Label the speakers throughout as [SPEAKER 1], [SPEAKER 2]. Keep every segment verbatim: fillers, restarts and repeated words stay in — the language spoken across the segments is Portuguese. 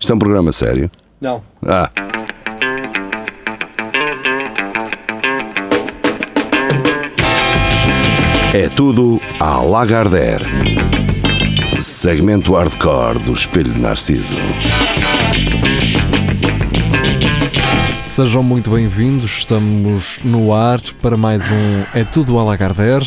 [SPEAKER 1] Isto é um programa sério?
[SPEAKER 2] Não.
[SPEAKER 1] Ah. É tudo à Lagardère. Segmento hardcore do Espelho de Narciso.
[SPEAKER 2] Sejam muito bem-vindos, estamos no ar para mais um É Tudo à Lagardère,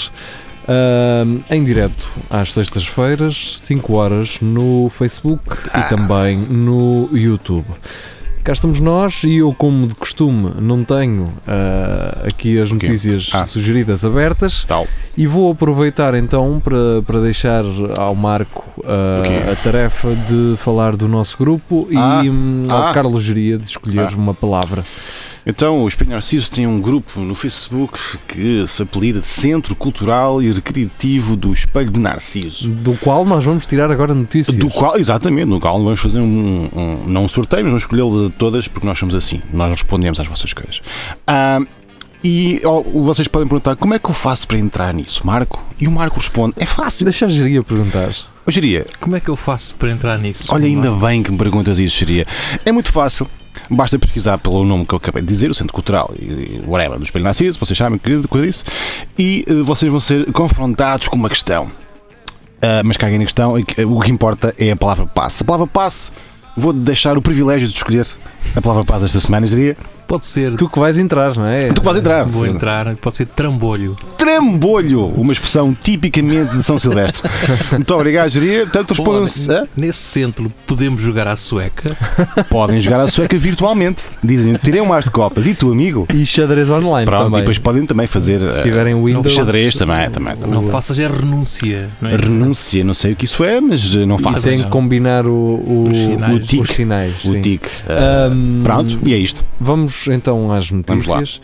[SPEAKER 2] uh, em direto às sextas-feiras, cinco horas no Facebook ah. e também no YouTube. Cá estamos nós e eu, como de costume, não tenho uh, aqui as notícias ah. sugeridas abertas.
[SPEAKER 1] Tal.
[SPEAKER 2] E vou aproveitar então para, para deixar ao Marco uh, a tarefa de falar do nosso grupo
[SPEAKER 3] ah.
[SPEAKER 2] e um, ao
[SPEAKER 3] ah.
[SPEAKER 2] Carlos Geria de escolher ah. uma palavra.
[SPEAKER 3] Então, o Espelho Narciso tem um grupo no Facebook que se apelida de Centro Cultural e Recreativo do Espelho de Narciso.
[SPEAKER 2] Do qual nós vamos tirar agora notícias.
[SPEAKER 3] Do qual, exatamente, no qual vamos fazer um, um não um sorteio, mas vamos escolhê-lo de todas porque nós somos assim, nós respondemos às vossas coisas. Ah, e oh, vocês podem perguntar, como é que eu faço para entrar nisso, Marco? E o Marco responde, é fácil.
[SPEAKER 2] Deixa a Geria perguntar.
[SPEAKER 3] Ô Geria,
[SPEAKER 4] como é que eu faço para entrar nisso?
[SPEAKER 3] Olha, ainda bem que me perguntas isso, Geria. É muito fácil. Basta pesquisar pelo nome que eu acabei de dizer, o Centro Cultural e whatever, do Espelho Narciso, vocês sabem que coisa disso, e uh, vocês vão ser confrontados com uma questão. Uh, mas caguem na questão, o que importa é a palavra passe. A palavra passe, vou deixar o privilégio de escolher a palavra passe esta semana, eu diria.
[SPEAKER 4] Pode ser.
[SPEAKER 2] Tu que vais entrar, não é?
[SPEAKER 3] Tu que vais entrar.
[SPEAKER 4] Vou entrar, pode ser trambolho.
[SPEAKER 3] Trambolho, uma expressão tipicamente de São Silvestre. Muito obrigado, Geria. Portanto, respondam-se.
[SPEAKER 4] Pô, nesse centro podemos jogar à sueca?
[SPEAKER 3] Podem jogar à sueca virtualmente. Dizem, tirei um mar de copas. E tu, amigo?
[SPEAKER 2] E xadrez online.
[SPEAKER 3] Pronto,
[SPEAKER 2] também.
[SPEAKER 3] E depois podem também fazer.
[SPEAKER 2] Se tiverem
[SPEAKER 3] uh,
[SPEAKER 2] Windows.
[SPEAKER 3] Xadrez também, também, também.
[SPEAKER 4] Não faças é renúncia. Não é?
[SPEAKER 3] Renúncia, não sei o que isso é, mas não faças.
[SPEAKER 2] E tem que combinar o, o,
[SPEAKER 4] os sinais.
[SPEAKER 2] o tic. Os sinais
[SPEAKER 3] o tic. Uh, um, pronto, e é isto.
[SPEAKER 2] Vamos então às notícias.
[SPEAKER 3] Vamos,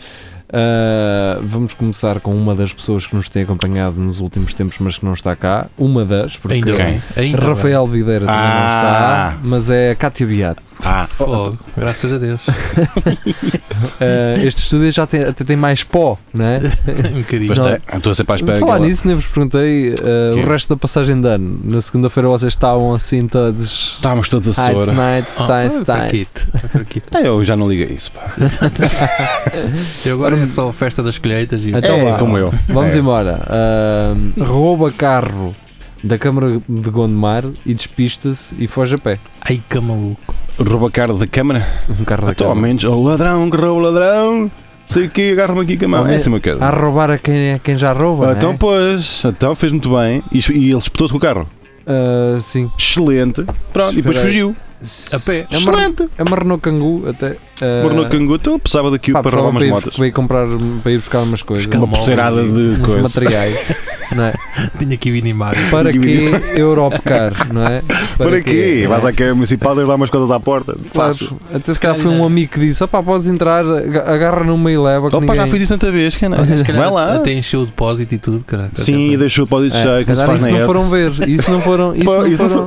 [SPEAKER 2] uh, vamos começar com uma das pessoas que nos tem acompanhado nos últimos tempos, mas que não está cá. Uma das, porque
[SPEAKER 4] Ainda bem. Ainda
[SPEAKER 2] Rafael bem. Videira também ah. não está, mas é a Cátia Beato.
[SPEAKER 3] Ah,
[SPEAKER 4] oh, graças a Deus.
[SPEAKER 2] uh, este estúdio já tem, até tem mais pó, não é?
[SPEAKER 4] Um bocadinho.
[SPEAKER 3] Não, estou a ser para a espera.
[SPEAKER 2] Falar nisso, nem vos perguntei uh, o resto da passagem de ano. Na segunda-feira vocês estavam assim todos.
[SPEAKER 3] Estávamos todos a
[SPEAKER 2] Nights,
[SPEAKER 3] sora.
[SPEAKER 2] nights,
[SPEAKER 4] oh,
[SPEAKER 2] times,
[SPEAKER 4] oh,
[SPEAKER 2] times.
[SPEAKER 3] É, eu já não ligo a isso, pá.
[SPEAKER 4] Eu agora é só festa das colheitas. E...
[SPEAKER 2] Então,
[SPEAKER 3] é,
[SPEAKER 2] lá,
[SPEAKER 3] como eu.
[SPEAKER 2] Vamos
[SPEAKER 3] é.
[SPEAKER 2] embora. Uh, rouba carro da Câmara de Gondomar e despista-se e foge a pé.
[SPEAKER 4] Ai, que maluco.
[SPEAKER 3] Rouba carro da Câmara?
[SPEAKER 2] Um carro da
[SPEAKER 3] Atualmente, o ladrão que rouba o ladrão. Sei que agarra-me aqui com a mão. É assim, meu querido.
[SPEAKER 2] A roubar a quem, a quem já rouba.
[SPEAKER 3] Então,
[SPEAKER 2] é?
[SPEAKER 3] pois, então fez muito bem. E, e ele espetou-se com o carro.
[SPEAKER 2] Uh, sim.
[SPEAKER 3] Excelente. Pronto, e depois fugiu.
[SPEAKER 4] A pé.
[SPEAKER 2] É uma,
[SPEAKER 3] Excelente.
[SPEAKER 2] é uma Renault Kangoo até. Uh,
[SPEAKER 3] uma Renault Kangoo, então precisava daquilo para roubar umas motos.
[SPEAKER 2] Para ir comprar, para ir buscar umas coisas.
[SPEAKER 3] Uma pulseirada de coisas.
[SPEAKER 2] Materiais. Não é?
[SPEAKER 4] Tinha que vir imagem.
[SPEAKER 2] Para que Europecar, não é?
[SPEAKER 3] Para, para quê? Vais à Câmara Municipal e dar umas coisas à porta. Fácil.
[SPEAKER 2] Claro. Até se calhar foi um amigo que disse: opá, podes entrar, agarra numa e leva.
[SPEAKER 3] Opa, ninguém... já fiz isso tanta vez, que não. Vai lá.
[SPEAKER 4] Até encheu o depósito e tudo, caralho.
[SPEAKER 3] Sim, e deixou o depósito cheio.
[SPEAKER 2] Se calhar isso não foram ver. Isso não foram. Isso não foram.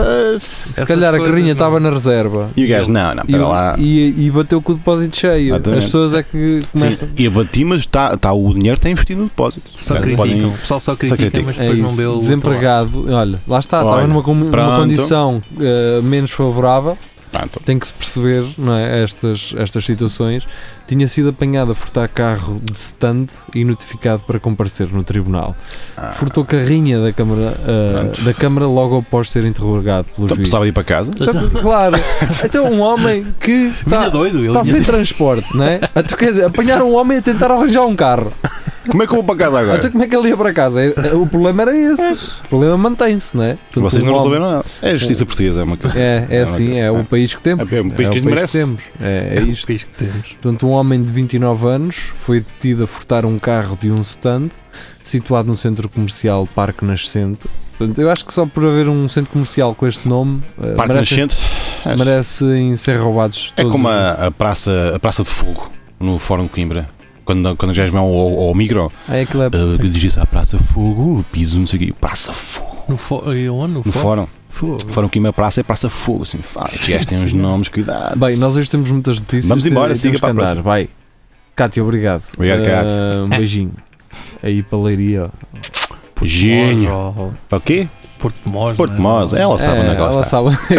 [SPEAKER 2] Se calhar a carrinha estava na reserva.
[SPEAKER 3] E o gajo, não, não, para lá.
[SPEAKER 2] E bateu com o depósito cheio. As pessoas é que começam.
[SPEAKER 3] Sim, e abati, mas está, está, o dinheiro está investido no depósito.
[SPEAKER 4] Só criticam. Podem... O pessoal só critica, só critica. Mas depois
[SPEAKER 2] é
[SPEAKER 4] não deu.
[SPEAKER 2] Desempregado, olha, lá está, olha, estava numa, numa condição uh, menos favorável.
[SPEAKER 3] Pronto.
[SPEAKER 2] Tem que se perceber, não é, estas, estas situações. Tinha sido apanhado a furtar carro de stand e notificado para comparecer no tribunal. Ah. Furtou carrinha da Câmara, uh, da Câmara logo após ser interrogado pelos
[SPEAKER 3] então, precisava ir para casa?
[SPEAKER 2] Então, claro. Então um homem que está,
[SPEAKER 4] doido,
[SPEAKER 2] está sem transporte, não é? Então, quer dizer, apanhar um homem a tentar arranjar um carro.
[SPEAKER 3] Como é que eu vou para casa agora?
[SPEAKER 2] Então como é que ele ia para casa? O problema era esse. É. O problema mantém-se, não é?
[SPEAKER 3] Portanto, vocês não resolveram nada. É a justiça portuguesa. É, uma...
[SPEAKER 2] é, é assim, é, é o país que temos.
[SPEAKER 3] É o país que,
[SPEAKER 2] é o país
[SPEAKER 3] merece.
[SPEAKER 2] que temos. É, é,
[SPEAKER 4] é
[SPEAKER 2] isto.
[SPEAKER 4] o país que temos.
[SPEAKER 2] Portanto, um homem de vinte e nove anos foi detido a furtar um carro de um stand situado no centro comercial Parque Nascente. Portanto, eu acho que só por haver um centro comercial com este nome
[SPEAKER 3] Parque Nascente
[SPEAKER 2] merecem ser roubados.
[SPEAKER 3] É como a, a, praça, a Praça de Fogo no Fórum de Coimbra. Quando, quando os gajos vão ao, ao Migro,
[SPEAKER 2] ah, é
[SPEAKER 3] uh, dirigem-se à Praça Fogo, piso, não sei o quê, Praça Fogo.
[SPEAKER 4] No, fo no,
[SPEAKER 3] no Fórum?
[SPEAKER 4] Fogo.
[SPEAKER 3] Fórum Coimbra, Praça é Praça Fogo. Assim, os gajos têm uns nomes, cuidado.
[SPEAKER 2] Bem, nós hoje temos muitas notícias.
[SPEAKER 3] Vamos embora, siga para a próxima.
[SPEAKER 2] Vai. Cátia, obrigado.
[SPEAKER 3] Obrigado, Cátia.
[SPEAKER 2] Uh, um beijinho. Aí para a Leiria.
[SPEAKER 3] Gênio. Para o quê?
[SPEAKER 4] Porto de Mós.
[SPEAKER 3] Porto de
[SPEAKER 4] não é?
[SPEAKER 3] Mós, ela sabe
[SPEAKER 2] É,
[SPEAKER 3] onde é que ela,
[SPEAKER 2] ela
[SPEAKER 3] está.
[SPEAKER 2] sabe onde é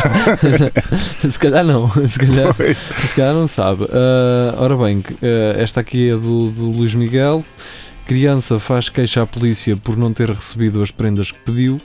[SPEAKER 2] que está. Se calhar não, se calhar,
[SPEAKER 3] Pois.
[SPEAKER 2] se calhar não sabe. Ah, ora bem, ah, esta aqui é do, do Luís Miguel. Criança faz queixa à polícia por não ter recebido as prendas que pediu.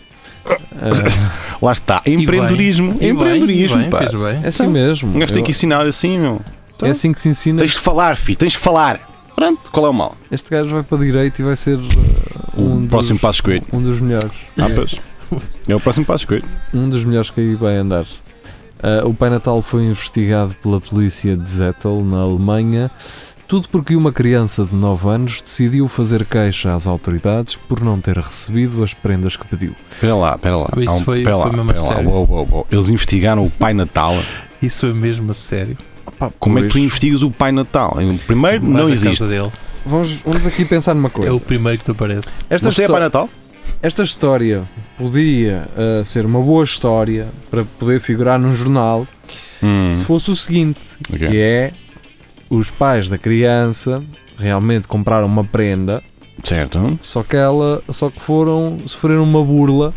[SPEAKER 2] Ah,
[SPEAKER 3] Lá está,
[SPEAKER 4] E bem,
[SPEAKER 3] empreendedorismo,
[SPEAKER 4] e bem,
[SPEAKER 3] empreendedorismo,
[SPEAKER 4] e bem,
[SPEAKER 3] pá.
[SPEAKER 4] fez bem.
[SPEAKER 2] é assim
[SPEAKER 3] Então,
[SPEAKER 2] mesmo.
[SPEAKER 3] Um gajo tem
[SPEAKER 2] Eu-
[SPEAKER 3] que ensinar assim, meu.
[SPEAKER 2] é assim que se ensina.
[SPEAKER 3] Tens de falar, filho, tens de falar. Pronto, qual é o mal?
[SPEAKER 2] Este gajo vai para direito e vai ser ah,
[SPEAKER 3] O
[SPEAKER 2] um
[SPEAKER 3] próximo
[SPEAKER 2] dos,
[SPEAKER 3] passo coelho.
[SPEAKER 2] um dos melhores.
[SPEAKER 3] Ah, pois. É o próximo passo coelho.
[SPEAKER 2] Um dos melhores que aí vai andar. Ah, o Pai Natal foi investigado pela polícia de Zettel, na Alemanha, tudo porque uma criança de nove anos decidiu fazer queixa às autoridades por não ter recebido as prendas que pediu.
[SPEAKER 3] Espera lá, espera lá.
[SPEAKER 4] Isso
[SPEAKER 3] Há um-
[SPEAKER 4] foi-
[SPEAKER 3] espera lá,
[SPEAKER 4] foi mesmo a
[SPEAKER 3] espera lá.
[SPEAKER 4] sério.
[SPEAKER 3] Uou, uou, uou. Eles investigaram o Pai Natal.
[SPEAKER 4] Isso foi mesmo a sério.
[SPEAKER 3] Como é que tu
[SPEAKER 2] Pois,
[SPEAKER 3] investigas o Pai Natal? Primeiro,
[SPEAKER 4] Vai
[SPEAKER 3] não
[SPEAKER 4] da casa
[SPEAKER 3] existe.
[SPEAKER 4] dele.
[SPEAKER 2] vamos, vamos aqui pensar numa
[SPEAKER 4] É
[SPEAKER 2] coisa.
[SPEAKER 4] o primeiro que te aparece.
[SPEAKER 2] Esta,
[SPEAKER 3] Você é
[SPEAKER 2] histó-
[SPEAKER 3] Pai Natal?
[SPEAKER 2] esta história podia ah, ser uma boa história para poder figurar num jornal
[SPEAKER 3] Hum,
[SPEAKER 2] se fosse o seguinte,
[SPEAKER 3] ok.
[SPEAKER 2] que é os pais da criança realmente compraram uma prenda.
[SPEAKER 3] Certo.
[SPEAKER 2] Só que ela, só que foram, sofreram uma burla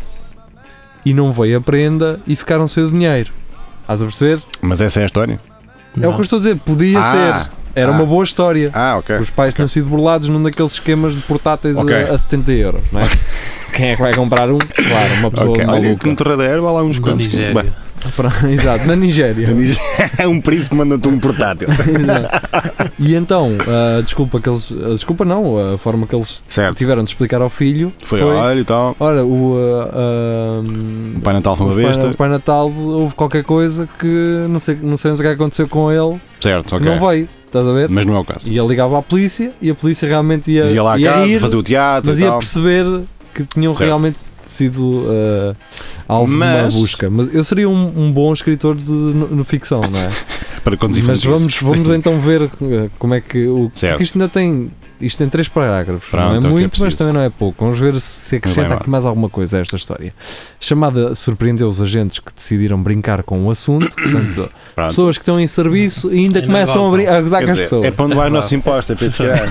[SPEAKER 2] e não veio a prenda e ficaram sem o dinheiro. Estás a perceber?
[SPEAKER 3] Mas essa é a história?
[SPEAKER 2] É o que eu estou a dizer, podia
[SPEAKER 3] Ah,
[SPEAKER 2] ser. Era
[SPEAKER 3] ah.
[SPEAKER 2] uma boa história.
[SPEAKER 3] Ah, ok.
[SPEAKER 2] Os pais tinham sido burlados num daqueles esquemas de portáteis
[SPEAKER 3] Ok.
[SPEAKER 2] a, a setenta euros, não é? Quem é que vai comprar um? Claro, uma pessoa
[SPEAKER 3] Ok, olha que
[SPEAKER 2] maluca.
[SPEAKER 3] no terradeiro vai lá uns
[SPEAKER 4] Da
[SPEAKER 3] quantos.
[SPEAKER 4] Nigéria.
[SPEAKER 2] Pronto, exato, na Nigéria.
[SPEAKER 3] É um príncipe mandando-te um portátil.
[SPEAKER 2] Exato. E então, a desculpa que eles. A desculpa não, a forma que eles
[SPEAKER 3] Certo.
[SPEAKER 2] tiveram de explicar ao filho
[SPEAKER 3] Foi, olha e tal.
[SPEAKER 2] Ora, o. ah, ah,
[SPEAKER 3] O Pai Natal foi uma
[SPEAKER 2] Os Pai-
[SPEAKER 3] besta.
[SPEAKER 2] O Pai Natal houve qualquer coisa que não sei, não sei o que aconteceu com ele,
[SPEAKER 3] Certo,
[SPEAKER 2] que
[SPEAKER 3] ok.
[SPEAKER 2] não veio, estás a ver?
[SPEAKER 3] Mas não é o caso.
[SPEAKER 2] E ele ligava à polícia e a polícia realmente ia,
[SPEAKER 3] Ia lá a
[SPEAKER 2] ia
[SPEAKER 3] casa,
[SPEAKER 2] ir,
[SPEAKER 3] fazer o teatro
[SPEAKER 2] mas
[SPEAKER 3] e
[SPEAKER 2] ia
[SPEAKER 3] tal.
[SPEAKER 2] perceber que tinham
[SPEAKER 3] Certo.
[SPEAKER 2] realmente sido ah, alvo de
[SPEAKER 3] Mas-
[SPEAKER 2] uma busca. Mas eu seria um, um bom escritor de no, no ficção, não é?
[SPEAKER 3] Para conduzir
[SPEAKER 2] Mas
[SPEAKER 3] infantis.
[SPEAKER 2] vamos, vamos então ver ah, como é que o.
[SPEAKER 3] Certo.
[SPEAKER 2] Porque isto ainda tem. Isto tem três parágrafos,
[SPEAKER 3] Pronto,
[SPEAKER 2] não
[SPEAKER 3] é
[SPEAKER 2] é
[SPEAKER 3] o que é
[SPEAKER 2] muito, mas
[SPEAKER 3] preciso.
[SPEAKER 2] também não é pouco. Vamos ver se acrescenta
[SPEAKER 3] Vai
[SPEAKER 2] aqui
[SPEAKER 3] lá.
[SPEAKER 2] mais alguma coisa a esta história. A chamada surpreendeu os agentes que decidiram brincar com o assunto. Portanto,
[SPEAKER 3] Pronto.
[SPEAKER 2] pessoas que estão em serviço e ainda
[SPEAKER 4] Ainda
[SPEAKER 2] começam a,
[SPEAKER 4] gozam.
[SPEAKER 2] brin- a gozar
[SPEAKER 3] Quer
[SPEAKER 2] com as
[SPEAKER 3] dizer,
[SPEAKER 2] pessoas.
[SPEAKER 3] é para onde vai o nosso imposto, é para tirar.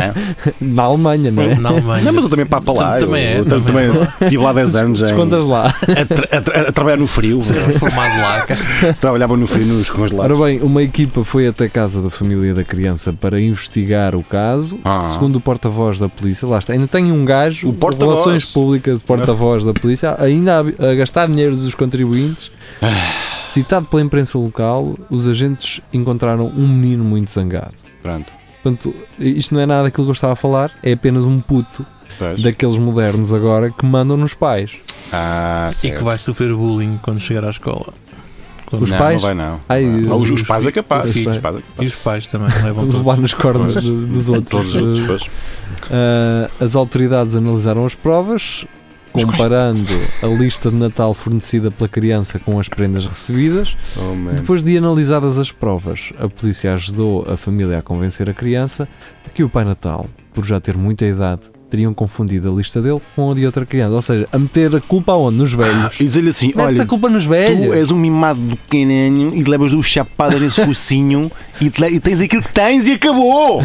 [SPEAKER 2] Na Alemanha, não é?
[SPEAKER 4] Na Alemanha.
[SPEAKER 3] Não, mas eu também papo lá.
[SPEAKER 4] Também
[SPEAKER 3] eu,
[SPEAKER 4] é.
[SPEAKER 3] eu também estive lá dez anos em-
[SPEAKER 2] Descontas lá.
[SPEAKER 3] a, tra- a tra- a trabalhar no frio.
[SPEAKER 4] Formado lá, cara.
[SPEAKER 3] Trabalhava no frio nos
[SPEAKER 2] Ora
[SPEAKER 3] congelados.
[SPEAKER 2] bem, uma equipa foi até a casa da família da criança para investigar o caso.
[SPEAKER 3] Ah.
[SPEAKER 2] Segundo o porta-voz da polícia, lá está, ainda tem um gajo
[SPEAKER 3] O
[SPEAKER 2] de
[SPEAKER 3] porta-voz.
[SPEAKER 2] relações públicas de porta-voz da polícia, ainda a, a gastar dinheiro dos contribuintes. Citado pela imprensa local, os agentes encontraram um menino muito zangado.
[SPEAKER 3] Pronto.
[SPEAKER 2] Portanto, isto não é nada daquilo que eu estava a falar, é apenas um puto
[SPEAKER 3] Pois.
[SPEAKER 2] daqueles modernos agora que mandam nos pais.
[SPEAKER 3] Ah,
[SPEAKER 4] E
[SPEAKER 3] certo.
[SPEAKER 4] que vai sofrer bullying quando chegar à escola. Quando-
[SPEAKER 2] Os
[SPEAKER 3] não,
[SPEAKER 2] pais?
[SPEAKER 3] Não vai não.
[SPEAKER 2] Ai,
[SPEAKER 3] Não, os, os
[SPEAKER 4] os
[SPEAKER 3] pais é capaz.
[SPEAKER 2] os
[SPEAKER 3] Os
[SPEAKER 2] pais.
[SPEAKER 3] pais é
[SPEAKER 4] E
[SPEAKER 3] capaz.
[SPEAKER 4] os pais também levam
[SPEAKER 2] Vamos
[SPEAKER 4] todos.
[SPEAKER 2] levar nos cornos
[SPEAKER 3] Pois.
[SPEAKER 2] de- dos outros.
[SPEAKER 3] Todos os outros. Pois.
[SPEAKER 2] Uh, as autoridades analisaram as provas,
[SPEAKER 3] Mas quais-
[SPEAKER 2] comparando a lista de Natal fornecida pela criança com as prendas recebidas.
[SPEAKER 3] Oh, man.
[SPEAKER 2] Depois de analisadas as provas, a polícia ajudou a família a convencer a criança de que o Pai Natal, por já ter muita idade, teriam confundido a lista dele com a de outra criança. Ou seja, a meter a culpa aonde? Nos velhos.
[SPEAKER 3] E dizer-lhe assim:
[SPEAKER 2] Mete-se
[SPEAKER 3] olha,
[SPEAKER 2] a culpa nos
[SPEAKER 3] tu
[SPEAKER 2] velhos.
[SPEAKER 3] és um mimado do cananho e te levas duas chapadas nesse focinho e, te le- e tens aquilo que tens e acabou.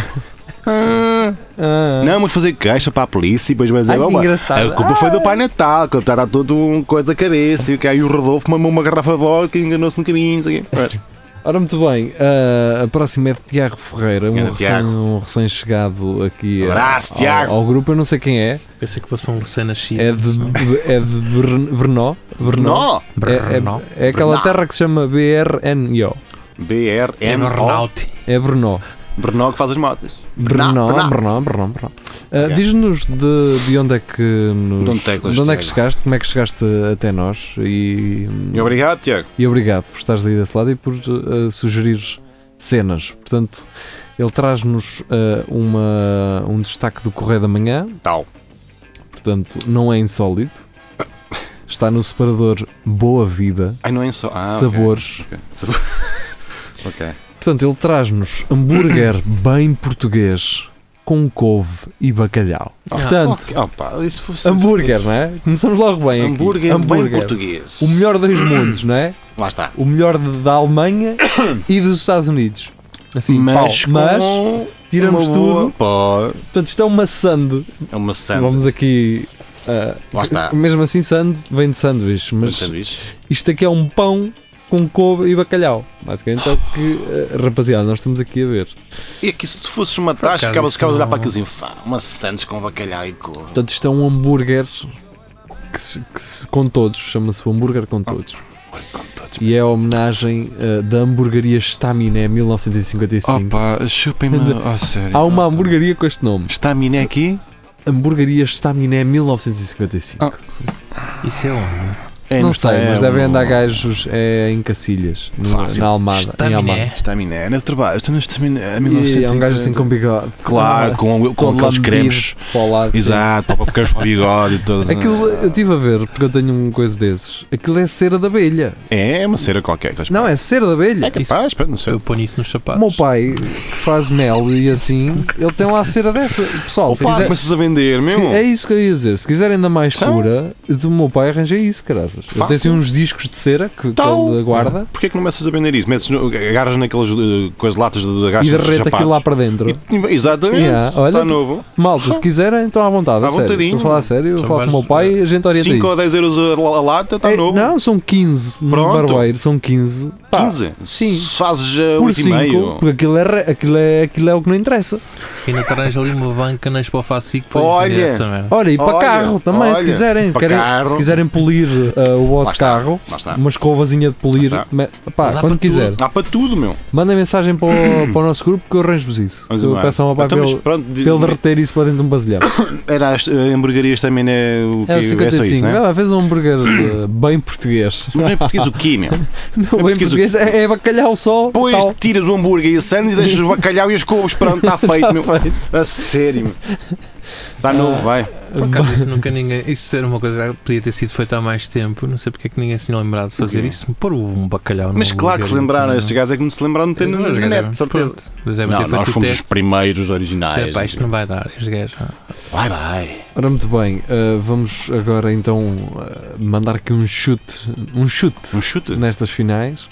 [SPEAKER 3] Ah,
[SPEAKER 2] Ah,
[SPEAKER 3] não, vamos fazer queixa para a polícia e depois vai dizer:
[SPEAKER 2] Ai, que
[SPEAKER 3] "Opa,
[SPEAKER 2] engraçado.
[SPEAKER 3] a culpa foi do Pai Natal, que ele está todo um coisa da cabeça e o que aí o Rodolfo mamou uma garrafa de vodka e enganou-se no caminho. Não sei o quê." Pois.
[SPEAKER 2] Ora, muito bem, uh, a próxima é de Tiago Ferreira, um,
[SPEAKER 3] Grande
[SPEAKER 2] recém,
[SPEAKER 3] Tiago.
[SPEAKER 2] um recém-chegado aqui uh,
[SPEAKER 3] Abraço,
[SPEAKER 2] ao,
[SPEAKER 3] Tiago.
[SPEAKER 2] ao grupo. Eu não sei quem é,
[SPEAKER 4] Pensei que fosse um recém-nascido.
[SPEAKER 2] é de, é de Bern- Brno. Brno.
[SPEAKER 3] Não!
[SPEAKER 2] É,
[SPEAKER 4] Brno.
[SPEAKER 2] é, é aquela
[SPEAKER 3] Brno.
[SPEAKER 2] terra que se chama B R N O.
[SPEAKER 3] B R
[SPEAKER 4] É
[SPEAKER 3] N
[SPEAKER 4] no
[SPEAKER 3] O.
[SPEAKER 4] Renault.
[SPEAKER 2] É Brno.
[SPEAKER 3] Brno que faz as motas.
[SPEAKER 2] Brno,
[SPEAKER 3] Brno.
[SPEAKER 2] Brno, Brno, Brno. Uh,
[SPEAKER 3] Ok.
[SPEAKER 2] Diz-nos de, de onde é que nos,
[SPEAKER 3] De onde é que
[SPEAKER 2] de onde é que
[SPEAKER 3] estás,
[SPEAKER 2] chegaste, como é que chegaste até nós e,
[SPEAKER 3] E obrigado, Tiago.
[SPEAKER 2] e obrigado por estares aí desse lado e por uh, sugerir cenas. Portanto, ele traz-nos uh, uma, um destaque do Correio da Manhã,
[SPEAKER 3] Tal.
[SPEAKER 2] portanto, não é insólito. Está no separador Boa Vida,
[SPEAKER 3] Ai, não é só. Ah,
[SPEAKER 2] Sabores.
[SPEAKER 3] ok. Ok. Ok.
[SPEAKER 2] Portanto, ele traz-nos hambúrguer bem português com couve e bacalhau. Portanto,
[SPEAKER 3] Ok. Opa, isso fosse.
[SPEAKER 2] hambúrguer, não é? Começamos logo bem aqui.
[SPEAKER 3] Hambúrguer, bem português.
[SPEAKER 2] O melhor dos mundos, não é?
[SPEAKER 3] Lá está.
[SPEAKER 2] O melhor de- da Alemanha e dos Estados Unidos. Assim,
[SPEAKER 3] mas,
[SPEAKER 2] pau. mas
[SPEAKER 3] com
[SPEAKER 2] tiramos
[SPEAKER 3] uma boa-
[SPEAKER 2] tudo.
[SPEAKER 3] Pô,
[SPEAKER 2] Portanto, isto é uma sande.
[SPEAKER 3] é uma santa.
[SPEAKER 2] Vamos aqui Ah,
[SPEAKER 3] Lá está.
[SPEAKER 2] mesmo assim, sand vem de sanduíche, mas
[SPEAKER 3] Sanduíche.
[SPEAKER 2] isto aqui é um pão com couve e bacalhau. Basicamente é o que, ah, rapaziada, nós estamos aqui a ver.
[SPEAKER 3] E aqui se tu fosses uma
[SPEAKER 4] Por
[SPEAKER 3] taxa,
[SPEAKER 4] acaso,
[SPEAKER 3] ficavas
[SPEAKER 4] isso
[SPEAKER 3] ficavas a olhar
[SPEAKER 4] não-
[SPEAKER 3] para aquilo assim, "Fá, uma sandes com bacalhau e couve.
[SPEAKER 2] Portanto, isto é um hambúrguer que se- que se- com todos, chama-se o hambúrguer com todos.
[SPEAKER 3] Com todos.
[SPEAKER 2] E é a homenagem ah, da hamburgueria Staminé mil novecentos e cinquenta e cinco.
[SPEAKER 3] Opa, chupem-me. Oh, sério.
[SPEAKER 2] Há uma hamburgueria com este nome.
[SPEAKER 3] Estaminé aqui?
[SPEAKER 2] Hamburgueria Staminé mil novecentos e cinquenta e cinco.
[SPEAKER 3] Ah.
[SPEAKER 4] Isso é onde?
[SPEAKER 3] É,
[SPEAKER 2] Não
[SPEAKER 3] no
[SPEAKER 2] sei,
[SPEAKER 3] Esta-
[SPEAKER 2] mas
[SPEAKER 3] é
[SPEAKER 2] devem
[SPEAKER 3] um-
[SPEAKER 2] andar gajos é, em Cacilhas, no-
[SPEAKER 3] Fácil.
[SPEAKER 2] na Almada. Em
[SPEAKER 4] Estaminé.
[SPEAKER 2] Almada.
[SPEAKER 3] Estaminé. No trabalho. Estou no Estaminé. mil
[SPEAKER 2] E
[SPEAKER 3] novecentos
[SPEAKER 2] é um gajo assim com bigode.
[SPEAKER 3] Claro, com, com
[SPEAKER 2] Todo
[SPEAKER 3] aqueles
[SPEAKER 2] lambido
[SPEAKER 3] cremes.
[SPEAKER 2] para o lado.
[SPEAKER 3] Exato, para cremes para o bigode e tudo.
[SPEAKER 2] Sim. Aquilo eu estive a ver, porque eu tenho uma coisa desses. Aquilo é cera de abelha.
[SPEAKER 3] É uma cera qualquer.
[SPEAKER 2] Não, é cera de abelha.
[SPEAKER 3] É capaz, espera, não sei.
[SPEAKER 4] Eu ponho isso nos
[SPEAKER 2] O
[SPEAKER 4] sapatos.
[SPEAKER 2] meu pai que faz mel e assim, ele tem lá a cera dessa. Pessoal, se
[SPEAKER 3] Opa,
[SPEAKER 2] quiser,
[SPEAKER 3] começas a vender,
[SPEAKER 2] se
[SPEAKER 3] meu.
[SPEAKER 2] qui- é isso que eu ia dizer. Se quiserem ainda mais
[SPEAKER 3] São.
[SPEAKER 2] cura, do meu pai arranja isso, caraças. Ele tem
[SPEAKER 3] Fácil.
[SPEAKER 2] assim uns discos de cera que, que
[SPEAKER 3] Tal.
[SPEAKER 2] ele guarda
[SPEAKER 3] Porquê que não começas a vender isso? Metes, no- agarras naquelas uh, coisas latas de, de agachas
[SPEAKER 2] e
[SPEAKER 3] dos
[SPEAKER 2] derrete aquilo lá
[SPEAKER 3] sapatos.
[SPEAKER 2] para dentro.
[SPEAKER 3] E- exatamente.
[SPEAKER 2] Yeah, olha,
[SPEAKER 3] Está novo.
[SPEAKER 2] Malta, se quiserem, estão à vontade.
[SPEAKER 3] À
[SPEAKER 2] a sério.
[SPEAKER 3] vontadinho.
[SPEAKER 2] Estou a falar a sério, eu
[SPEAKER 4] São
[SPEAKER 2] falo com o meu
[SPEAKER 4] vários-
[SPEAKER 2] pai e a gente orienta
[SPEAKER 3] cinco
[SPEAKER 2] aí.
[SPEAKER 3] ou dez euros a, a lata, está
[SPEAKER 2] É,
[SPEAKER 3] novo.
[SPEAKER 2] não, são quinze no
[SPEAKER 3] Pronto.
[SPEAKER 2] barbeiro, são quinze. Pá,
[SPEAKER 3] quinze?
[SPEAKER 2] sim.
[SPEAKER 3] Se fazes uh,
[SPEAKER 2] por
[SPEAKER 3] oito e
[SPEAKER 2] cinco,
[SPEAKER 3] meio.
[SPEAKER 2] porque aquilo é, re- aquilo, é, aquilo é o que não interessa.
[SPEAKER 4] E ainda tens ali uma banca na Expo Facic para
[SPEAKER 3] Olha.
[SPEAKER 4] vender essa merda.
[SPEAKER 2] Olha, e para
[SPEAKER 3] Olha,
[SPEAKER 2] carro também, se
[SPEAKER 3] olha,
[SPEAKER 2] quiserem.
[SPEAKER 3] para
[SPEAKER 2] Querem-
[SPEAKER 3] carro.
[SPEAKER 2] Se quiserem polir uh, o vosso
[SPEAKER 3] Lá está,
[SPEAKER 2] carro,
[SPEAKER 3] Lá está.
[SPEAKER 2] uma escovazinha de polir,
[SPEAKER 3] Lá está.
[SPEAKER 2] me- pá,
[SPEAKER 4] Dá
[SPEAKER 2] quando
[SPEAKER 4] para
[SPEAKER 2] quiser.
[SPEAKER 3] Dá para tudo, meu.
[SPEAKER 2] Mandem mensagem para o, para o nosso grupo que eu arranjo-vos isso.
[SPEAKER 3] Vamos
[SPEAKER 2] Eu
[SPEAKER 3] embora.
[SPEAKER 2] peço ao meu pai
[SPEAKER 3] Então,
[SPEAKER 2] para
[SPEAKER 3] mas
[SPEAKER 2] ele,
[SPEAKER 3] pronto, de-
[SPEAKER 2] para ele derreter isso para dentro de um basilhão.
[SPEAKER 3] Era as uh, hamburguerias também, né? O
[SPEAKER 2] É o
[SPEAKER 3] quê?
[SPEAKER 2] cinquenta
[SPEAKER 3] É
[SPEAKER 2] e
[SPEAKER 3] só
[SPEAKER 2] cinco.
[SPEAKER 3] isso, né?
[SPEAKER 2] Ah, fez um hambúrguer uh, bem português.
[SPEAKER 3] Não é português o quê, meu?
[SPEAKER 2] Não, bem
[SPEAKER 3] português o-
[SPEAKER 2] português é, é bacalhau só.
[SPEAKER 3] Depois
[SPEAKER 2] tal.
[SPEAKER 3] tiras o hambúrguer e a sandes e deixas o bacalhau e as couves. Pronto, está feito, meu. A sério, meu. Está novo, vai.
[SPEAKER 4] Por acaso isso nunca ninguém. Isso era uma coisa que podia ter sido feita há mais tempo. Não sei porque é que ninguém se tinha lembrado de fazer
[SPEAKER 3] quê?
[SPEAKER 4] isso. Pôr um bacalhau no
[SPEAKER 3] Mas claro que se
[SPEAKER 4] hambúrguer.
[SPEAKER 3] lembraram,
[SPEAKER 4] Não.
[SPEAKER 3] estes gajos é que me se lembraram de ter na
[SPEAKER 4] Os
[SPEAKER 3] na
[SPEAKER 4] gajos
[SPEAKER 3] net,
[SPEAKER 4] eram-
[SPEAKER 3] de certeza.
[SPEAKER 4] pronto. Mas devem ter
[SPEAKER 3] Não,
[SPEAKER 4] feito
[SPEAKER 3] nós
[SPEAKER 4] o
[SPEAKER 3] fomos os
[SPEAKER 4] teste.
[SPEAKER 3] primeiros originais.
[SPEAKER 4] É, pá, isto não vai dar. Os gajos.
[SPEAKER 3] Vai, vai.
[SPEAKER 2] Ora, muito bem, uh, vamos agora então uh, mandar aqui um chute, um chute
[SPEAKER 3] Um chute.
[SPEAKER 2] nestas finais.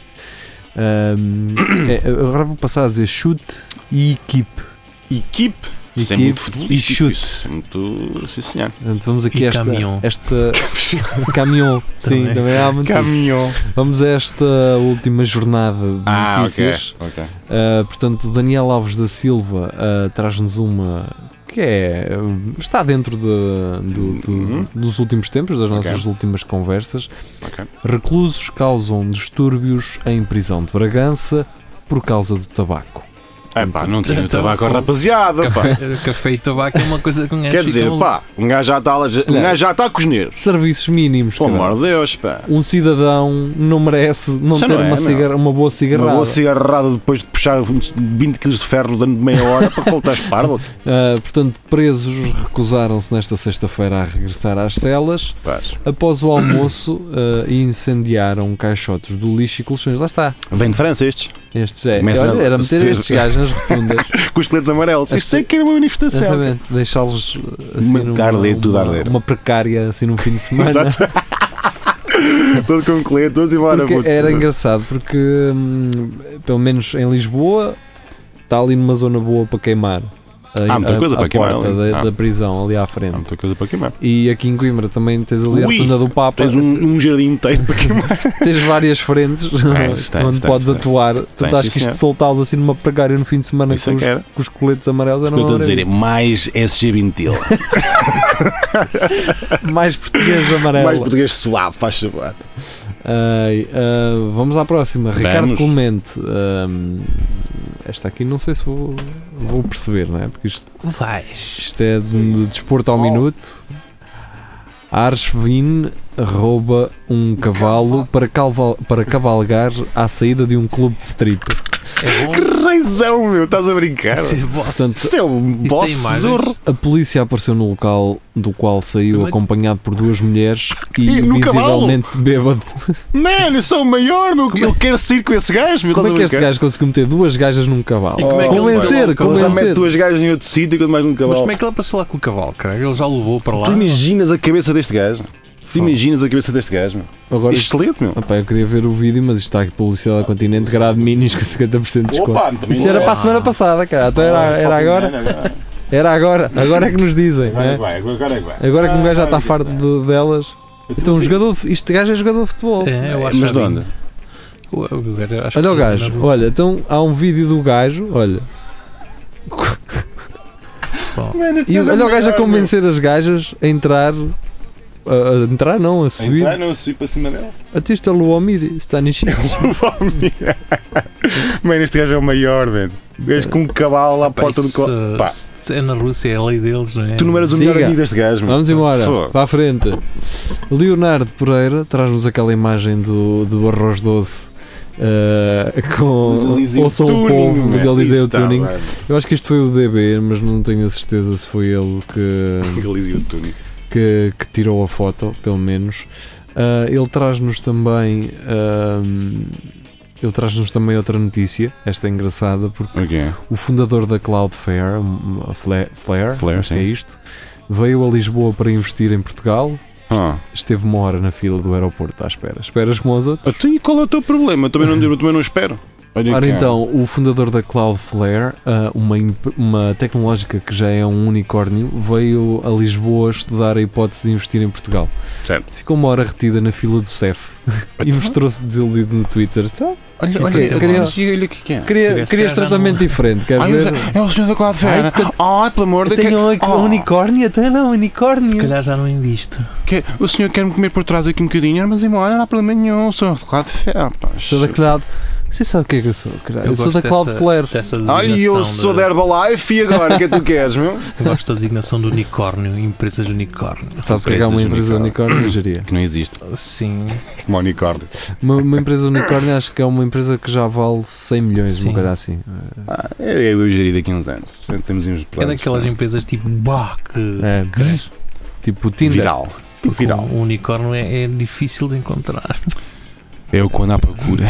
[SPEAKER 2] Um, é, agora vou passar a dizer chute e equipe.
[SPEAKER 3] Equipe. Isso é
[SPEAKER 2] Equipe
[SPEAKER 3] muito
[SPEAKER 2] e
[SPEAKER 3] futebolístico.
[SPEAKER 2] chute.
[SPEAKER 3] Isso é muito. Sim, senhor.
[SPEAKER 2] Portanto, vamos aqui
[SPEAKER 4] E
[SPEAKER 2] a esta,
[SPEAKER 4] caminhão.
[SPEAKER 2] esta caminhão, sim,
[SPEAKER 4] Também.
[SPEAKER 2] também há muito.
[SPEAKER 3] Caminhão.
[SPEAKER 2] Vamos a esta última jornada de
[SPEAKER 3] Ah, ok.
[SPEAKER 2] notícias.
[SPEAKER 3] Ok.
[SPEAKER 2] Uh, portanto, Daniel Alves da Silva uh, traz-nos uma que é uh, está dentro de, do- do-
[SPEAKER 3] Uhum.
[SPEAKER 2] dos últimos tempos, das nossas
[SPEAKER 3] Ok.
[SPEAKER 2] últimas conversas.
[SPEAKER 3] Ok.
[SPEAKER 2] Reclusos causam distúrbios em prisão de Bragança por causa do tabaco.
[SPEAKER 3] É pá, não tinha
[SPEAKER 4] Então,
[SPEAKER 3] tabaco,
[SPEAKER 4] fogo.
[SPEAKER 3] rapaziada, pá.
[SPEAKER 4] Café, café e tabaco é uma coisa que um gajo
[SPEAKER 3] Quer dizer,
[SPEAKER 4] fica
[SPEAKER 3] pá, um gajo já está um gajo já está a cozinhar.
[SPEAKER 2] Serviços mínimos.
[SPEAKER 3] Pelo
[SPEAKER 2] caralho.
[SPEAKER 3] amor de Deus, pá.
[SPEAKER 2] Um cidadão não merece não
[SPEAKER 3] Isso
[SPEAKER 2] ter
[SPEAKER 3] não é,
[SPEAKER 2] uma,
[SPEAKER 3] meu.
[SPEAKER 2] cigarra, uma boa cigarrada.
[SPEAKER 3] Uma boa cigarrada depois de puxar vinte quilos de ferro durante meia hora para voltar a esparvo.
[SPEAKER 2] Uh, portanto, presos recusaram-se nesta sexta-feira a regressar às celas.
[SPEAKER 3] Paz.
[SPEAKER 2] Após o almoço, uh, incendiaram caixotes do lixo e colchões. Lá está.
[SPEAKER 3] Vem de França estes,
[SPEAKER 2] Estes é.
[SPEAKER 3] Começam
[SPEAKER 2] Olha,
[SPEAKER 3] a
[SPEAKER 2] era meter
[SPEAKER 3] ser-
[SPEAKER 2] estes gajos nas rotundas.
[SPEAKER 3] com os coletes amarelos. Isto sei que era uma manifestação.
[SPEAKER 2] Exatamente. Deixá-los uh, assim.
[SPEAKER 3] Uma
[SPEAKER 2] numa-
[SPEAKER 3] carne, tudo a
[SPEAKER 2] uma,
[SPEAKER 3] arder.
[SPEAKER 2] uma precária assim no fim de semana.
[SPEAKER 3] Exato. Todo com colete, todos embora.
[SPEAKER 2] Porque
[SPEAKER 3] puto.
[SPEAKER 2] era engraçado, porque hum, pelo menos em Lisboa está ali numa zona boa para queimar. A,
[SPEAKER 3] Há muita
[SPEAKER 2] a-
[SPEAKER 3] coisa
[SPEAKER 2] a
[SPEAKER 3] para queimar
[SPEAKER 2] porta
[SPEAKER 3] ali.
[SPEAKER 2] da,
[SPEAKER 3] Ah.
[SPEAKER 2] da prisão ali à frente.
[SPEAKER 3] Há muita coisa para queimar.
[SPEAKER 2] E aqui em Coimbra também tens ali
[SPEAKER 3] Ui,
[SPEAKER 2] a rotunda do Papa.
[SPEAKER 3] Tens um, um jardim inteiro para queimar.
[SPEAKER 2] Tens várias frentes
[SPEAKER 3] Tens, tens,
[SPEAKER 2] onde
[SPEAKER 3] tens,
[SPEAKER 2] podes
[SPEAKER 3] tens.
[SPEAKER 2] atuar. Tu
[SPEAKER 3] Tens,
[SPEAKER 2] acho
[SPEAKER 3] sim,
[SPEAKER 2] que isto
[SPEAKER 3] senhor.
[SPEAKER 2] de soltá-los assim numa precária no fim de semana
[SPEAKER 3] Isso
[SPEAKER 2] com
[SPEAKER 3] é
[SPEAKER 2] os,
[SPEAKER 3] que era.
[SPEAKER 2] com os coletes amarelos era
[SPEAKER 3] Estou a
[SPEAKER 2] uma
[SPEAKER 3] dizer, é mais S G Vintil.
[SPEAKER 2] maravilha. Mais português amarelo.
[SPEAKER 3] Mais português suave, faz favor.
[SPEAKER 2] Ai, ah, vamos à próxima. Ricardo
[SPEAKER 3] Vamos.
[SPEAKER 2] Clemente. Ahm, esta aqui não sei se vou, vou perceber, não é? Porque isto,
[SPEAKER 4] Vais.
[SPEAKER 2] isto é de, de desporto ao
[SPEAKER 3] Oh.
[SPEAKER 2] minuto. Arsvin rouba um cavalo para, calva, para cavalgar à saída de um clube de strip.
[SPEAKER 4] É bom.
[SPEAKER 3] Que reizão, meu, estás a brincar?
[SPEAKER 4] Isso é boss.
[SPEAKER 2] Portanto,
[SPEAKER 3] Isso é um
[SPEAKER 4] Isso
[SPEAKER 3] boss
[SPEAKER 4] tem imagens?
[SPEAKER 3] zorro.
[SPEAKER 2] A polícia apareceu no local do qual saiu
[SPEAKER 4] Mas-
[SPEAKER 2] acompanhado por duas mulheres e,
[SPEAKER 3] E no
[SPEAKER 2] visivelmente bêbado.
[SPEAKER 3] Mano, eu sou o maior, meu. Eu quero sair com esse gajo, meu.
[SPEAKER 2] Como é
[SPEAKER 3] estás
[SPEAKER 2] que
[SPEAKER 3] a
[SPEAKER 2] este
[SPEAKER 3] brincar?
[SPEAKER 2] gajo conseguiu meter duas gajas num cavalo?
[SPEAKER 4] E como é que ele
[SPEAKER 2] Convencer,
[SPEAKER 4] vai lá?
[SPEAKER 3] Ele já
[SPEAKER 2] convencer.
[SPEAKER 3] mete duas gajas em outro sítio quanto mais num
[SPEAKER 4] Mas
[SPEAKER 3] cavalo.
[SPEAKER 4] como é que ele passou lá com o cavalo, cara? Ele já o levou para lá.
[SPEAKER 3] Tu imaginas a cabeça deste gajo? Tu
[SPEAKER 4] Foda.
[SPEAKER 3] imaginas a cabeça deste gajo, meu?
[SPEAKER 2] Agora, isto,
[SPEAKER 3] Excelente, meu.
[SPEAKER 2] opa, eu queria ver o vídeo, mas isto está aqui publicidade ao continente, grade minis com cinquenta por cento de desconto.
[SPEAKER 3] Opa, também
[SPEAKER 2] Isso era
[SPEAKER 3] não é.
[SPEAKER 2] para a semana passada, cara. Até era, era agora. Era agora, agora é que nos dizem. Não é?
[SPEAKER 3] Agora é que vai, agora é que vai.
[SPEAKER 2] Agora que um gajo já
[SPEAKER 3] Ah,
[SPEAKER 2] está
[SPEAKER 3] vai,
[SPEAKER 2] farto
[SPEAKER 3] vai.
[SPEAKER 2] de- delas. Então, um jogador, este gajo é jogador de futebol.
[SPEAKER 4] É, eu acho
[SPEAKER 3] Mas
[SPEAKER 4] que
[SPEAKER 3] de
[SPEAKER 4] já vi.
[SPEAKER 3] onde?
[SPEAKER 4] O- o- o- acho
[SPEAKER 2] Olha
[SPEAKER 4] que
[SPEAKER 2] o gajo,
[SPEAKER 4] na-
[SPEAKER 2] olha, então há um vídeo do gajo, olha.
[SPEAKER 4] Bom,
[SPEAKER 2] E olha o gajo a convencer as gajas a entrar. A, a entrar não, a subir.
[SPEAKER 3] Entrar, não subir para cima dela.
[SPEAKER 2] Atista Luomir, Stanisic.
[SPEAKER 3] Mano, este gajo é o maior, velho. O gajo com um cavalo lá à
[SPEAKER 4] pá,
[SPEAKER 3] porta do
[SPEAKER 4] isso,
[SPEAKER 3] co... Pá,
[SPEAKER 4] se é na Rússia, é a lei deles, não é?
[SPEAKER 3] tu não eras o
[SPEAKER 2] Siga.
[SPEAKER 3] melhor amigo deste gajo, mano.
[SPEAKER 2] Vamos embora,
[SPEAKER 3] Fogo.
[SPEAKER 2] para a frente. Leonardo Pereira traz-nos aquela imagem do, do arroz doce eh, com
[SPEAKER 3] Legalizei o
[SPEAKER 2] ouçam o
[SPEAKER 3] tuning,
[SPEAKER 2] povo,
[SPEAKER 3] man.
[SPEAKER 2] legalizei o
[SPEAKER 3] Isso tá,
[SPEAKER 2] tuning.
[SPEAKER 3] mano.
[SPEAKER 2] Eu acho que isto foi o D B, mas não tenho a certeza se foi ele que,
[SPEAKER 3] Legalizei o tuning.
[SPEAKER 2] que, que tirou a foto, pelo menos. Ah, ele traz-nos também. ahm, ele traz-nos também outra notícia. Esta é engraçada porque
[SPEAKER 3] Ok.
[SPEAKER 2] o fundador da Cloudflare, um, a Fla- Flare,
[SPEAKER 3] Flare,
[SPEAKER 2] acho que é
[SPEAKER 3] sim.
[SPEAKER 2] isto, veio a Lisboa para investir em Portugal.
[SPEAKER 3] Ah.
[SPEAKER 2] Esteve uma hora na fila do aeroporto à espera. Esperas como os outros?
[SPEAKER 3] Então, e qual é o teu problema? Eu também não, eu também não espero. Olha
[SPEAKER 2] Ora
[SPEAKER 3] cá.
[SPEAKER 2] então, o fundador da Cloudflare, ah, uma, imp- uma tecnológica que já é um unicórnio, veio a Lisboa estudar a hipótese de investir em Portugal.
[SPEAKER 3] Certo.
[SPEAKER 2] Ficou uma hora retida na fila do C E F e
[SPEAKER 3] Então,
[SPEAKER 2] mostrou-se desiludido no Twitter. Então,
[SPEAKER 3] Olha,
[SPEAKER 2] Queria-
[SPEAKER 3] olha,
[SPEAKER 2] queria-
[SPEAKER 3] queria, olha o que que é.
[SPEAKER 2] queria,
[SPEAKER 4] Este
[SPEAKER 2] querias
[SPEAKER 4] gajo já
[SPEAKER 2] tratamento
[SPEAKER 4] não-
[SPEAKER 2] diferente, quer
[SPEAKER 3] Ai,
[SPEAKER 2] ver?
[SPEAKER 3] é o senhor da Cloudflare.
[SPEAKER 2] Ai, porque-
[SPEAKER 3] Ai, pelo amor de
[SPEAKER 2] Eu tenho
[SPEAKER 3] Deus.
[SPEAKER 2] um, um unicórnio, até não,
[SPEAKER 4] Se
[SPEAKER 2] unicórnio.
[SPEAKER 4] calhar já não invisto.
[SPEAKER 3] Que, o senhor quer-me comer por trás aqui um bocadinho, mas embora, não há problema nenhum. Sou da Cloudflare. pá.
[SPEAKER 2] Sou da Cloud. Você sabe o que é que eu sou? Caralho? Eu, sou
[SPEAKER 4] gosto
[SPEAKER 2] da Cloudflare.
[SPEAKER 4] Dessa, dessa
[SPEAKER 3] Olha, eu
[SPEAKER 4] designação
[SPEAKER 3] sou
[SPEAKER 4] de-
[SPEAKER 3] da Herbalife e agora, o que é que tu queres, meu?
[SPEAKER 4] Eu gosto da designação do unicórnio, empresas de unicórnio.
[SPEAKER 2] Sabes o que é que é uma
[SPEAKER 3] Empresas
[SPEAKER 2] empresa
[SPEAKER 3] unicórnio.
[SPEAKER 2] unicórnio? Eu diria.
[SPEAKER 3] Que não existe.
[SPEAKER 4] Sim.
[SPEAKER 3] Como unicórnio.
[SPEAKER 2] Uma, uma empresa unicórnio acho que é uma empresa que já vale cem milhões,
[SPEAKER 4] Sim.
[SPEAKER 2] uma coisa assim.
[SPEAKER 3] Ah, eu, eu gerir daqui a uns anos. Temos uns
[SPEAKER 4] É
[SPEAKER 3] planos.
[SPEAKER 4] daquelas empresas tipo bah, que,
[SPEAKER 2] É,
[SPEAKER 4] que
[SPEAKER 2] tipo o Tinder.
[SPEAKER 3] Viral. Tipo
[SPEAKER 4] porque
[SPEAKER 3] viral.
[SPEAKER 4] um unicórnio é, é difícil de encontrar.
[SPEAKER 3] Eu quando há procura.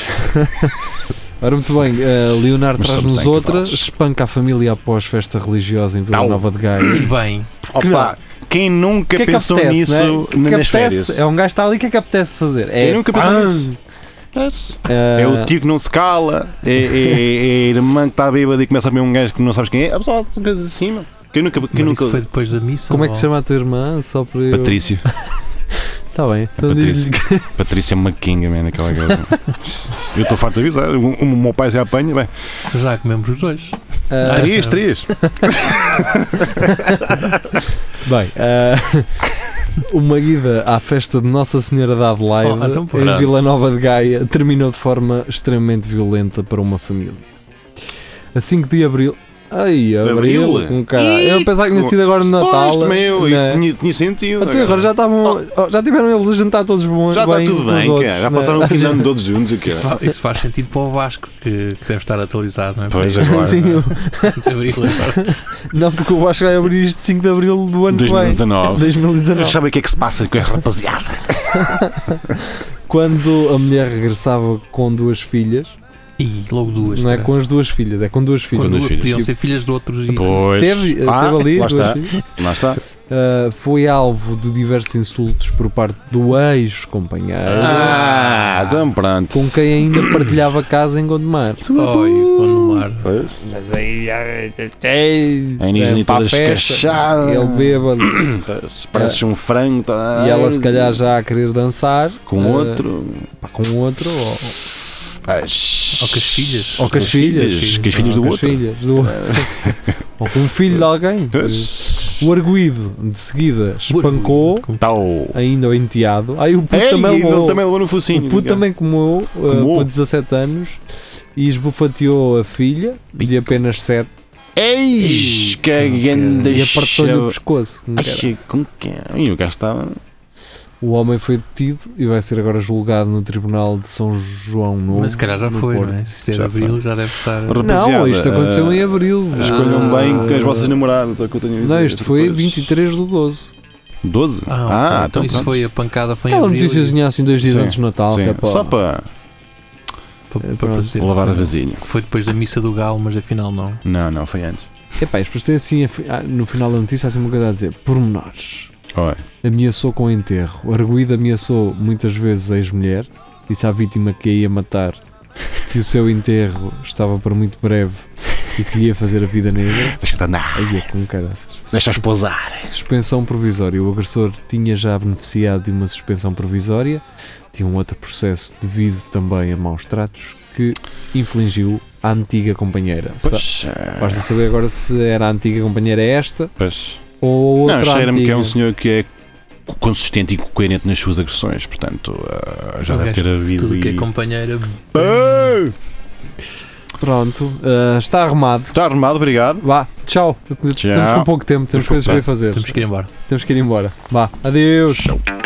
[SPEAKER 2] Ora, muito bem, eh, Leonardo
[SPEAKER 3] Mas somos
[SPEAKER 2] traz-nos
[SPEAKER 3] bem
[SPEAKER 2] outra,
[SPEAKER 3] capazes.
[SPEAKER 2] espanca a família após festa religiosa em Vila
[SPEAKER 3] Tal.
[SPEAKER 2] Nova de Gaia.
[SPEAKER 4] E bem,
[SPEAKER 3] Opa, quem nunca
[SPEAKER 2] O que é que
[SPEAKER 3] pensou
[SPEAKER 2] apetece,
[SPEAKER 3] nisso
[SPEAKER 2] né? O que é que
[SPEAKER 3] nas
[SPEAKER 2] apetece?
[SPEAKER 3] férias?
[SPEAKER 2] É um gajo que está ali, o que é que apetece fazer? É,
[SPEAKER 3] Quem nunca pensou
[SPEAKER 2] pã.
[SPEAKER 3] nisso?
[SPEAKER 2] Eh,
[SPEAKER 3] É o tio que não se cala, é, é, é a irmã que está bêbada e começa a ver um gajo que não sabes quem é. Ah, pessoal, são coisas assim, meu. Quem nunca. Quem
[SPEAKER 4] mas
[SPEAKER 3] nunca...
[SPEAKER 4] isso foi depois da missa?
[SPEAKER 2] Como é que se
[SPEAKER 4] ou-
[SPEAKER 2] chama a tua irmã? Só para eu...
[SPEAKER 3] Patrício.
[SPEAKER 2] Está bem. Então
[SPEAKER 3] Patrícia.
[SPEAKER 2] diz-lhe que-
[SPEAKER 3] Patrícia Maquinga, man, aquela gaja. Eu estou farto de avisar. O, o meu pai já apanha. Bem,
[SPEAKER 4] Já comemos os dois.
[SPEAKER 2] Ah,
[SPEAKER 3] três, três.
[SPEAKER 2] Bem, ah, uma ida à festa de Nossa Senhora da Adelaide
[SPEAKER 4] Oh, então, pô.
[SPEAKER 2] em Vila Nova de Gaia terminou de forma extremamente violenta para uma família. A cinco de Abril. Ai, Abril,
[SPEAKER 3] Abril?
[SPEAKER 2] com cara. Eu pensava que tinha sido agora no Natal.
[SPEAKER 3] Pois, meu,
[SPEAKER 2] né?
[SPEAKER 3] isto tinha, tinha sentido.
[SPEAKER 2] Até agora já estavam. oh, Já tiveram eles a jantar todos bons.
[SPEAKER 3] Já está
[SPEAKER 2] bem
[SPEAKER 3] tudo
[SPEAKER 2] com os
[SPEAKER 3] bem,
[SPEAKER 2] outros,
[SPEAKER 3] cara. Já
[SPEAKER 2] né?
[SPEAKER 3] passaram o fim de ano todos juntos. Aqui,
[SPEAKER 4] Isso, fa- isso faz sentido para o Vasco, que, que deve estar atualizado, não é?
[SPEAKER 3] Pois, agora.
[SPEAKER 2] Sim, eu-
[SPEAKER 4] Para abril agora.
[SPEAKER 2] não, porque eu acho que vai abrir isto cinco de Abril do ano que
[SPEAKER 3] dois mil e
[SPEAKER 2] vem.
[SPEAKER 3] dezanove.
[SPEAKER 2] dois mil e dezanove.
[SPEAKER 3] Sabe o que é que se passa com a rapaziada?
[SPEAKER 2] Quando a mulher regressava com duas filhas,
[SPEAKER 4] E logo duas.
[SPEAKER 2] não é
[SPEAKER 4] cara.
[SPEAKER 2] com as duas filhas, é com duas filhas.
[SPEAKER 3] Com duas filhas.
[SPEAKER 4] Podiam ser filhas de outros. e-
[SPEAKER 3] Pois.
[SPEAKER 2] Teve,
[SPEAKER 3] Ah,
[SPEAKER 2] teve ali
[SPEAKER 3] lá
[SPEAKER 2] duas
[SPEAKER 3] está.
[SPEAKER 2] filhas.
[SPEAKER 3] Lá está.
[SPEAKER 2] Uh, foi alvo de diversos insultos por parte do ex-companheiro,
[SPEAKER 3] Ah, então pronto.
[SPEAKER 2] com quem ainda partilhava casa em Gondomar.
[SPEAKER 4] Oi, quando mar.
[SPEAKER 3] Pois.
[SPEAKER 2] Mas aí,
[SPEAKER 3] A Inês toda escachada.
[SPEAKER 2] ele bêbado,
[SPEAKER 3] Parece um frango. Tá?
[SPEAKER 2] e ela se calhar já a querer dançar
[SPEAKER 3] Com
[SPEAKER 2] uh,
[SPEAKER 3] outro.
[SPEAKER 2] pá, com outro, ou,
[SPEAKER 4] Ou com as filhas.
[SPEAKER 2] ou com as filhas,
[SPEAKER 3] Com as filhas
[SPEAKER 2] ou
[SPEAKER 3] do
[SPEAKER 2] com as
[SPEAKER 3] outro.
[SPEAKER 2] filhas do- ou com um filho de alguém. O arguido de seguida espancou
[SPEAKER 3] Tal.
[SPEAKER 2] ainda o enteado. Aí o puto
[SPEAKER 3] Ei,
[SPEAKER 2] também
[SPEAKER 3] ele
[SPEAKER 2] levou.
[SPEAKER 3] também levou no focinho.
[SPEAKER 2] O puto também comeu, uh,
[SPEAKER 3] Comeu?
[SPEAKER 2] por dezassete anos, e esbofateou a filha de apenas sete
[SPEAKER 3] Eis, que grande
[SPEAKER 2] e apertou-lhe o
[SPEAKER 3] chave.
[SPEAKER 2] pescoço. como
[SPEAKER 3] Ai,
[SPEAKER 2] que era.
[SPEAKER 3] che- como que é? E o gajo estava.
[SPEAKER 2] O homem foi detido e vai ser agora julgado no Tribunal de São João Novo.
[SPEAKER 4] Mas se calhar já
[SPEAKER 2] no
[SPEAKER 4] foi,
[SPEAKER 2] Porto.
[SPEAKER 4] não é? Se isso é de
[SPEAKER 3] Já
[SPEAKER 4] abril,
[SPEAKER 3] foi.
[SPEAKER 4] já deve estar.
[SPEAKER 3] Rapaziada,
[SPEAKER 2] Não, isto aconteceu
[SPEAKER 3] eh,
[SPEAKER 2] em abril.
[SPEAKER 3] Escolham
[SPEAKER 2] Ah.
[SPEAKER 3] bem com as vossas namoradas. É o que eu tenho a dizer.
[SPEAKER 2] Não, isto foi
[SPEAKER 3] Depois-
[SPEAKER 2] vinte e três do doze.
[SPEAKER 3] doze?
[SPEAKER 4] Ah, ok. então isso
[SPEAKER 3] pronto.
[SPEAKER 4] foi a pancada, foi em
[SPEAKER 2] Aquela
[SPEAKER 4] abril.
[SPEAKER 2] notíciazinha assim dois dias
[SPEAKER 3] Sim,
[SPEAKER 2] antes do Natal.
[SPEAKER 3] Sim,
[SPEAKER 2] Que é para...
[SPEAKER 3] só para
[SPEAKER 4] Para, para
[SPEAKER 2] Pronto.
[SPEAKER 4] parecer.
[SPEAKER 3] lavar as vasilhas.
[SPEAKER 4] Foi depois da missa do Galo, mas afinal não.
[SPEAKER 3] Não, não, foi antes.
[SPEAKER 2] Epá, isto depois tem assim, ah, no final da notícia, assim uma coisa a dizer: pormenores.
[SPEAKER 3] Oi.
[SPEAKER 2] Ameaçou com enterro. O arguido ameaçou muitas vezes a ex-mulher. Disse à vítima que a ia matar, que o seu enterro estava para muito breve e que lhe ia fazer a vida negra.
[SPEAKER 3] Deixa-te andar.
[SPEAKER 2] Aí é com caraças.
[SPEAKER 3] Deixa-os pousar.
[SPEAKER 2] Suspensão provisória. O agressor tinha já beneficiado de uma suspensão provisória, tinha um outro processo devido também a maus tratos que infligiu à antiga companheira.
[SPEAKER 3] Pois,
[SPEAKER 2] Sa- Basta saber agora se era a antiga companheira esta
[SPEAKER 3] pois.
[SPEAKER 2] ou outra
[SPEAKER 3] Não, cheira-me que
[SPEAKER 2] antiga.
[SPEAKER 3] é um senhor que é consistente e coerente nas suas agressões, portanto uh, já
[SPEAKER 4] O
[SPEAKER 3] deve
[SPEAKER 4] resto,
[SPEAKER 3] ter havido.
[SPEAKER 4] Tudo que é
[SPEAKER 3] e-
[SPEAKER 4] companheira.
[SPEAKER 3] Ah!
[SPEAKER 2] Pronto, ah, está arrumado.
[SPEAKER 3] Está arrumado, obrigado.
[SPEAKER 2] Vá, tchau. Estamos com pouco tempo, temos
[SPEAKER 3] Temos
[SPEAKER 2] coisas
[SPEAKER 3] pouco
[SPEAKER 2] para fazer.
[SPEAKER 4] Temos que ir embora.
[SPEAKER 2] Temos que ir embora. Vá, adeus.
[SPEAKER 3] Tchau.